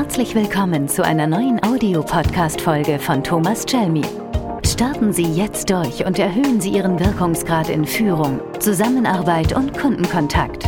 Herzlich willkommen zu einer neuen Audio-Podcast-Folge von Thomas Chelmy. Starten Sie jetzt durch und erhöhen Sie Ihren Wirkungsgrad in Führung, Zusammenarbeit und Kundenkontakt.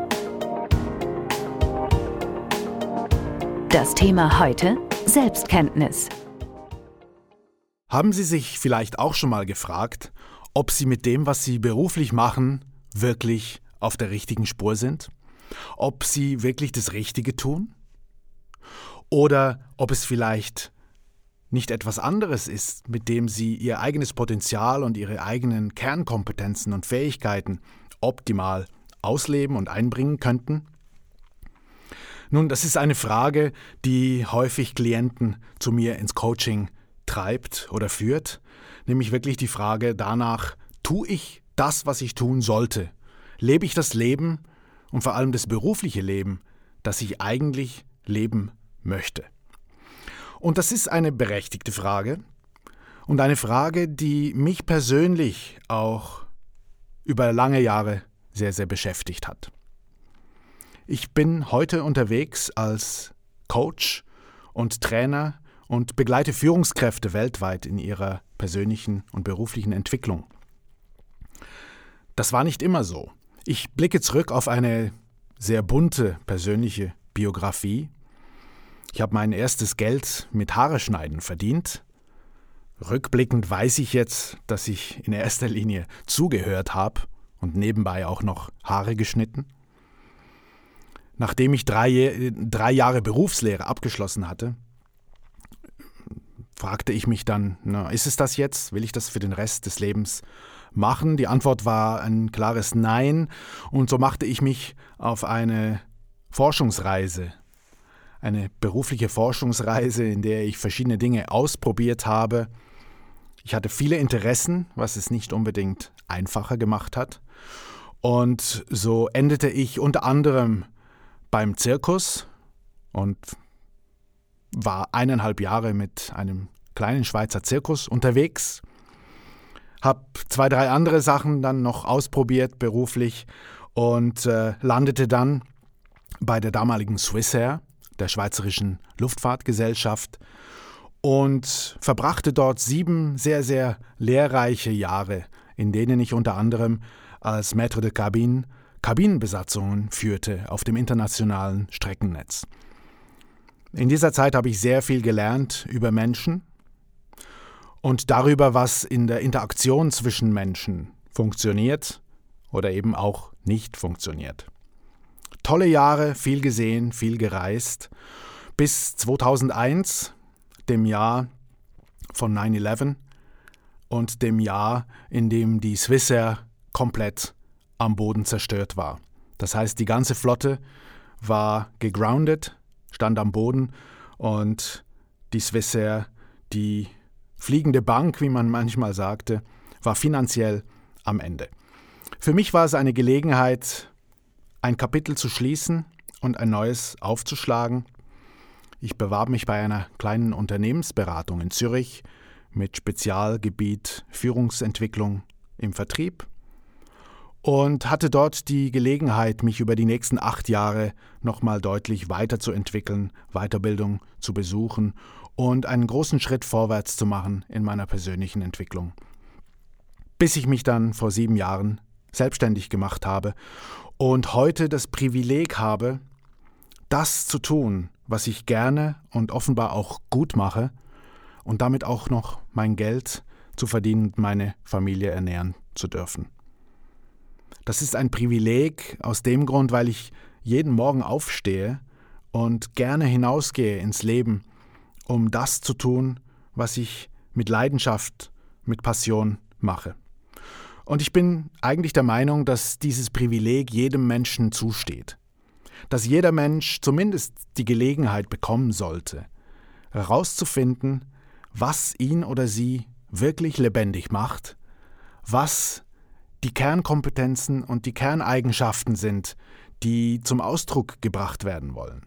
Das Thema heute: Selbstkenntnis. Haben Sie sich vielleicht auch schon mal gefragt, ob Sie mit dem, was Sie beruflich machen, wirklich auf der richtigen Spur sind? Ob Sie wirklich das Richtige tun? Oder ob es vielleicht nicht etwas anderes ist, mit dem Sie Ihr eigenes Potenzial und Ihre eigenen Kernkompetenzen und Fähigkeiten optimal ausleben und einbringen könnten? Nun, das ist eine Frage, die häufig Klienten zu mir ins Coaching treibt oder führt, nämlich wirklich die Frage danach: Tue ich das, was ich tun sollte? Lebe ich das Leben und vor allem das berufliche Leben, das ich eigentlich leben möchte? Und das ist eine berechtigte Frage und eine Frage, die mich persönlich auch über lange Jahre sehr, sehr beschäftigt hat. Ich bin heute unterwegs als Coach und Trainer und begleite Führungskräfte weltweit in ihrer persönlichen und beruflichen Entwicklung. Das war nicht immer so. Ich blicke zurück auf eine sehr bunte persönliche Biografie. Ich habe mein erstes Geld mit Haare schneiden verdient. Rückblickend weiß ich jetzt, dass ich in erster Linie zugehört habe und nebenbei auch noch Haare geschnitten. Nachdem ich drei Jahre Berufslehre abgeschlossen hatte, fragte ich mich dann, ist es das jetzt? Will ich das für den Rest des Lebens machen? Die Antwort war ein klares Nein, und so machte ich mich auf eine Forschungsreise, eine berufliche Forschungsreise, in der ich verschiedene Dinge ausprobiert habe. Ich hatte viele Interessen, was es nicht unbedingt einfacher gemacht hat. Und so endete ich unter anderem beim Zirkus und war 1,5 Jahre mit einem kleinen Schweizer Zirkus unterwegs. Habe 2, 3 andere Sachen dann noch ausprobiert beruflich und landete dann bei der damaligen Swissair, der Schweizerischen Luftfahrtgesellschaft, und verbrachte dort 7 sehr, sehr lehrreiche Jahre, in denen ich unter anderem als Maître de Cabine Kabinenbesatzungen führte auf dem internationalen Streckennetz. In dieser Zeit habe ich sehr viel gelernt über Menschen und darüber, was in der Interaktion zwischen Menschen funktioniert oder eben auch nicht funktioniert. Tolle Jahre, viel gesehen, viel gereist, bis 2001, dem Jahr von 9/11 und dem Jahr, in dem die Swissair komplett am Boden zerstört war. Das heißt, die ganze Flotte war gegroundet, stand am Boden, und die Swissair, die fliegende Bank, wie man manchmal sagte, war finanziell am Ende. Für mich war es eine Gelegenheit, ein Kapitel zu schließen und ein neues aufzuschlagen. Ich bewarb mich bei einer kleinen Unternehmensberatung in Zürich mit Spezialgebiet Führungsentwicklung im Vertrieb und hatte dort die Gelegenheit, mich über die nächsten 8 Jahre nochmal deutlich weiterzuentwickeln, Weiterbildung zu besuchen und einen großen Schritt vorwärts zu machen in meiner persönlichen Entwicklung. Bis ich mich dann vor 7 Jahren selbstständig gemacht habe und heute das Privileg habe, das zu tun, was ich gerne und offenbar auch gut mache, und damit auch noch mein Geld zu verdienen und meine Familie ernähren zu dürfen. Das ist ein Privileg aus dem Grund, weil ich jeden Morgen aufstehe und gerne hinausgehe ins Leben, um das zu tun, was ich mit Leidenschaft, mit Passion mache. Und ich bin eigentlich der Meinung, dass dieses Privileg jedem Menschen zusteht. Dass jeder Mensch zumindest die Gelegenheit bekommen sollte, herauszufinden, was ihn oder sie wirklich lebendig macht, was die Kernkompetenzen und die Kerneigenschaften sind, die zum Ausdruck gebracht werden wollen.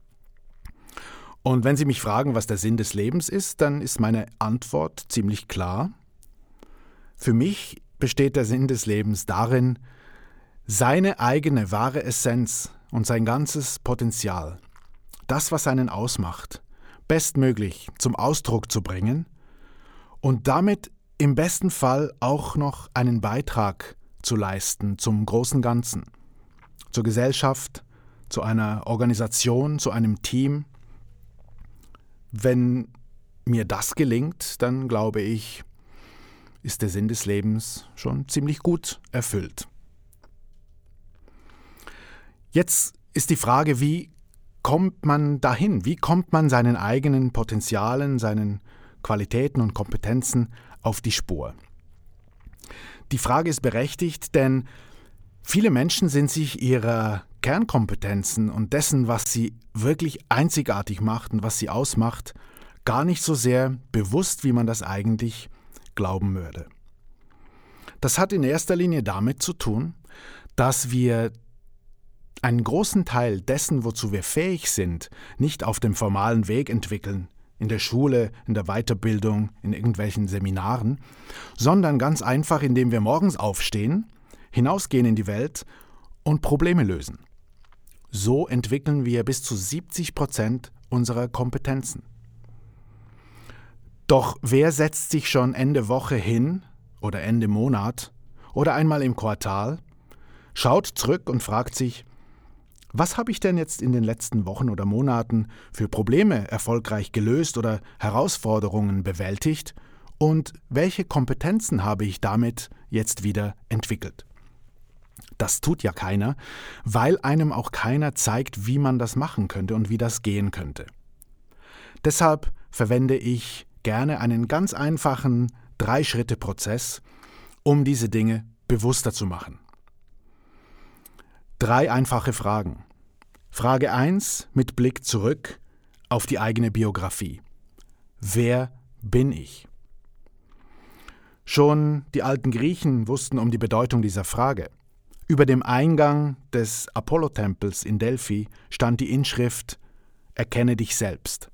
Und wenn Sie mich fragen, was der Sinn des Lebens ist, dann ist meine Antwort ziemlich klar. Für mich besteht der Sinn des Lebens darin, seine eigene wahre Essenz und sein ganzes Potenzial das, was einen ausmacht, bestmöglich zum Ausdruck zu bringen und damit im besten Fall auch noch einen Beitrag zu leisten zum großen Ganzen, zur Gesellschaft, zu einer Organisation, zu einem Team. Wenn mir das gelingt, dann glaube ich, ist der Sinn des Lebens schon ziemlich gut erfüllt. Jetzt ist die Frage, wie kommt man dahin? Wie kommt man seinen eigenen Potenzialen, seinen Qualitäten und Kompetenzen auf die Spur? Die Frage ist berechtigt, denn viele Menschen sind sich ihrer Kernkompetenzen und dessen, was sie wirklich einzigartig macht und was sie ausmacht, gar nicht so sehr bewusst, wie man das eigentlich glauben würde. Das hat in erster Linie damit zu tun, dass wir einen großen Teil dessen, wozu wir fähig sind, nicht auf dem formalen Weg entwickeln, in der Schule, in der Weiterbildung, in irgendwelchen Seminaren, sondern ganz einfach, indem wir morgens aufstehen, hinausgehen in die Welt und Probleme lösen. So entwickeln wir bis zu 70% unserer Kompetenzen. Doch wer setzt sich schon Ende Woche hin oder Ende Monat oder einmal im Quartal, schaut zurück und fragt sich, was habe ich denn jetzt in den letzten Wochen oder Monaten für Probleme erfolgreich gelöst oder Herausforderungen bewältigt und welche Kompetenzen habe ich damit jetzt wieder entwickelt? Das tut ja keiner, weil einem auch keiner zeigt, wie man das machen könnte und wie das gehen könnte. Deshalb verwende ich gerne einen ganz einfachen 3-Schritte-Prozess, um diese Dinge bewusster zu machen. 3 einfache Fragen. Frage 1 mit Blick zurück auf die eigene Biografie. Wer bin ich? Schon die alten Griechen wussten um die Bedeutung dieser Frage. Über dem Eingang des Apollo-Tempels in Delphi stand die Inschrift »Erkenne dich selbst«.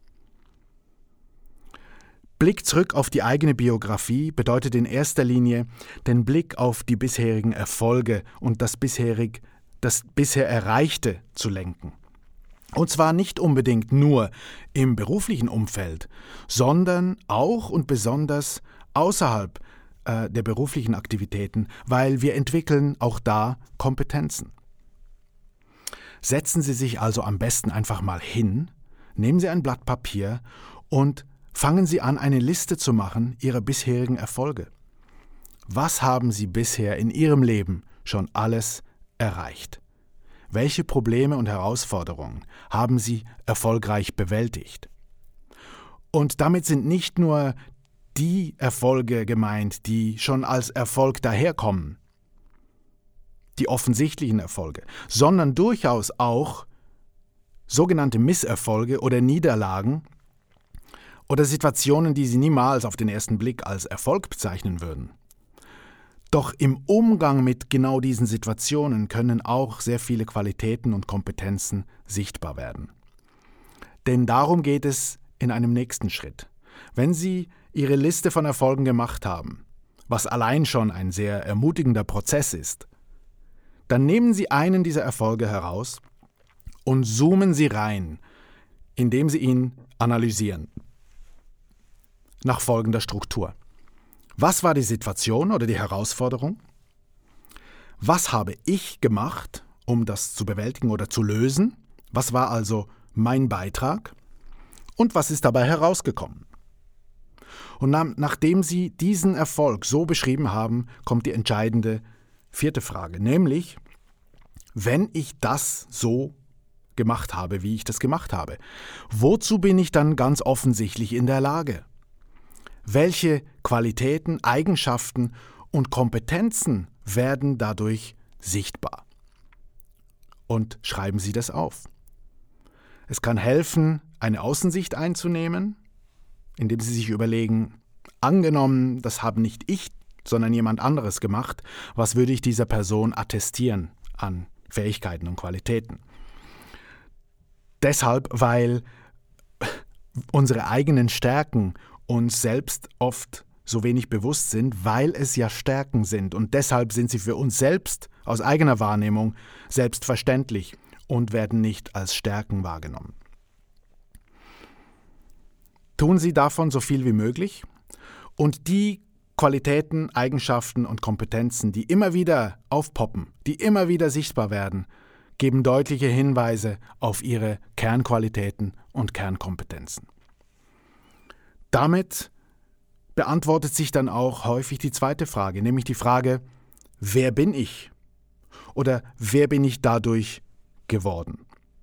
Blick zurück auf die eigene Biografie bedeutet in erster Linie, den Blick auf die bisherigen Erfolge und das bisher Erreichte zu lenken. Und zwar nicht unbedingt nur im beruflichen Umfeld, sondern auch und besonders außerhalb der beruflichen Aktivitäten, weil wir entwickeln auch da Kompetenzen. Setzen Sie sich also am besten einfach mal hin, nehmen Sie ein Blatt Papier und fangen Sie an, eine Liste zu machen Ihrer bisherigen Erfolge. Was haben Sie bisher in Ihrem Leben schon alles erreicht? Welche Probleme und Herausforderungen haben Sie erfolgreich bewältigt? Und damit sind nicht nur die Erfolge gemeint, die schon als Erfolg daherkommen, die offensichtlichen Erfolge, sondern durchaus auch sogenannte Misserfolge oder Niederlagen oder Situationen, die Sie niemals auf den ersten Blick als Erfolg bezeichnen würden. Doch im Umgang mit genau diesen Situationen können auch sehr viele Qualitäten und Kompetenzen sichtbar werden. Denn darum geht es in einem nächsten Schritt. Wenn Sie Ihre Liste von Erfolgen gemacht haben, was allein schon ein sehr ermutigender Prozess ist, dann nehmen Sie einen dieser Erfolge heraus und zoomen Sie rein, indem Sie ihn analysieren. Nach folgender Struktur. Was war die Situation oder die Herausforderung? Was habe ich gemacht, um das zu bewältigen oder zu lösen? Was war also mein Beitrag? Und was ist dabei herausgekommen? Und nachdem Sie diesen Erfolg so beschrieben haben, kommt die entscheidende 4. Frage, nämlich, wenn ich das so gemacht habe, wie ich das gemacht habe, wozu bin ich dann ganz offensichtlich in der Lage? Welche Qualitäten, Eigenschaften und Kompetenzen werden dadurch sichtbar? Und schreiben Sie das auf. Es kann helfen, eine Außensicht einzunehmen, indem Sie sich überlegen, angenommen, das habe nicht ich, sondern jemand anderes gemacht, was würde ich dieser Person attestieren an Fähigkeiten und Qualitäten? Deshalb, weil unsere eigenen Stärken uns selbst oft so wenig bewusst sind, weil es ja Stärken sind und deshalb sind sie für uns selbst aus eigener Wahrnehmung selbstverständlich und werden nicht als Stärken wahrgenommen. tun Sie davon so viel wie möglich und die Qualitäten, Eigenschaften und Kompetenzen, die immer wieder aufpoppen, die immer wieder sichtbar werden, geben deutliche Hinweise auf Ihre Kernqualitäten und Kernkompetenzen. Damit beantwortet sich dann auch häufig die zweite Frage, nämlich die Frage, wer bin ich? Oder wer bin ich dadurch geworden?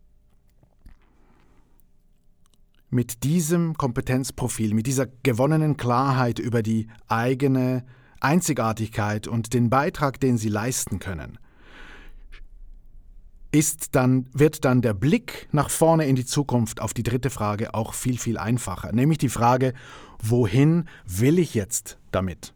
Mit diesem Kompetenzprofil, mit dieser gewonnenen Klarheit über die eigene Einzigartigkeit und den Beitrag, den Sie leisten können, wird dann der Blick nach vorne in die Zukunft auf die dritte Frage auch viel, viel einfacher. Nämlich die Frage, wohin will ich jetzt damit?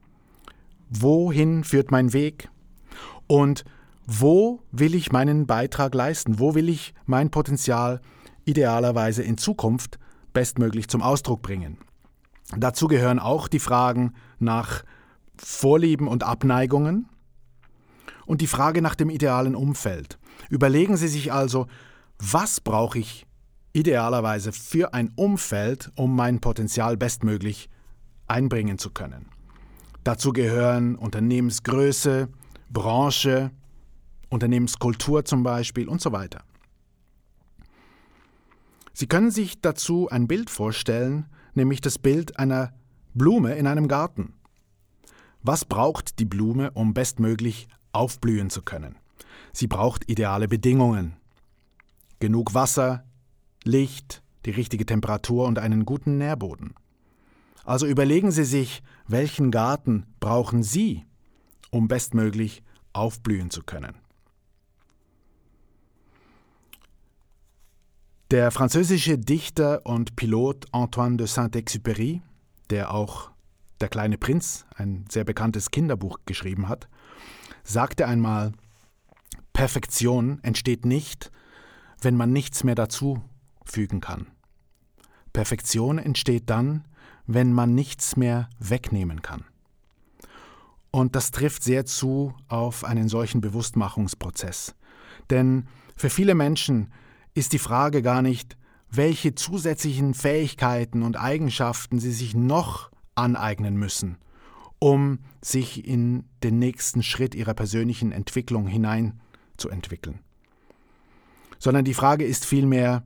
Wohin führt mein Weg? Und wo will ich meinen Beitrag leisten? Wo will ich mein Potenzial idealerweise in Zukunft bestmöglich zum Ausdruck bringen? Dazu gehören auch die Fragen nach Vorlieben und Abneigungen und die Frage nach dem idealen Umfeld. Überlegen Sie sich also, was brauche ich idealerweise für ein Umfeld, um mein Potenzial bestmöglich einbringen zu können. Dazu gehören Unternehmensgröße, Branche, Unternehmenskultur zum Beispiel und so weiter. Sie können sich dazu ein Bild vorstellen, nämlich das Bild einer Blume in einem Garten. Was braucht die Blume, um bestmöglich aufblühen zu können? Sie braucht ideale Bedingungen. Genug Wasser, Licht, die richtige Temperatur und einen guten Nährboden. Also überlegen Sie sich, welchen Garten brauchen Sie, um bestmöglich aufblühen zu können. Der französische Dichter und Pilot Antoine de Saint-Exupéry, der auch Der kleine Prinz, ein sehr bekanntes Kinderbuch, geschrieben hat, sagte einmal, Perfektion entsteht nicht, wenn man nichts mehr dazu fügen kann. Perfektion entsteht dann, wenn man nichts mehr wegnehmen kann. Und das trifft sehr zu auf einen solchen Bewusstmachungsprozess. Denn für viele Menschen ist die Frage gar nicht, welche zusätzlichen Fähigkeiten und Eigenschaften sie sich noch aneignen müssen, um sich in den nächsten Schritt ihrer persönlichen Entwicklung hineinzuentwickeln. Sondern die Frage ist vielmehr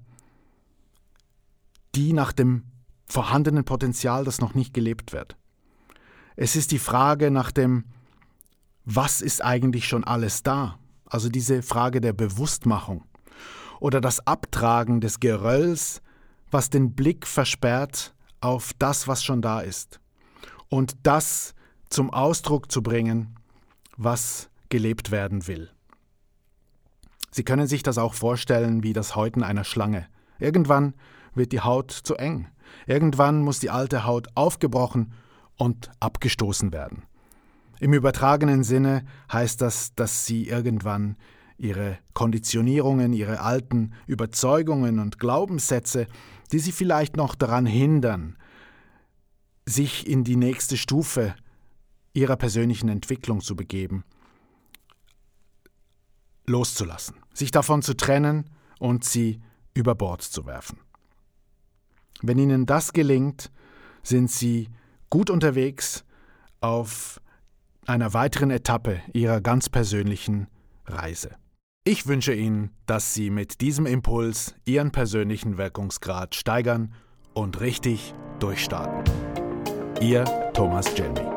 die nach dem vorhandenen Potenzial, das noch nicht gelebt wird. Es ist die Frage nach dem, was ist eigentlich schon alles da? Also diese Frage der Bewusstmachung. Oder das Abtragen des Gerölls, was den Blick versperrt auf das, was schon da ist. Und das zum Ausdruck zu bringen, was gelebt werden will. Sie können sich das auch vorstellen wie das Häuten einer Schlange. Irgendwann wird die Haut zu eng. Irgendwann muss die alte Haut aufgebrochen und abgestoßen werden. Im übertragenen Sinne heißt das, dass sie irgendwann ihre Konditionierungen, ihre alten Überzeugungen und Glaubenssätze, die sie vielleicht noch daran hindern, sich in die nächste Stufe ihrer persönlichen Entwicklung zu begeben, loszulassen, sich davon zu trennen und sie über Bord zu werfen. Wenn Ihnen das gelingt, sind Sie gut unterwegs auf einer weiteren Etappe Ihrer ganz persönlichen Reise. Ich wünsche Ihnen, dass Sie mit diesem Impuls Ihren persönlichen Wirkungsgrad steigern und richtig durchstarten. Ihr Thomas Chelmy.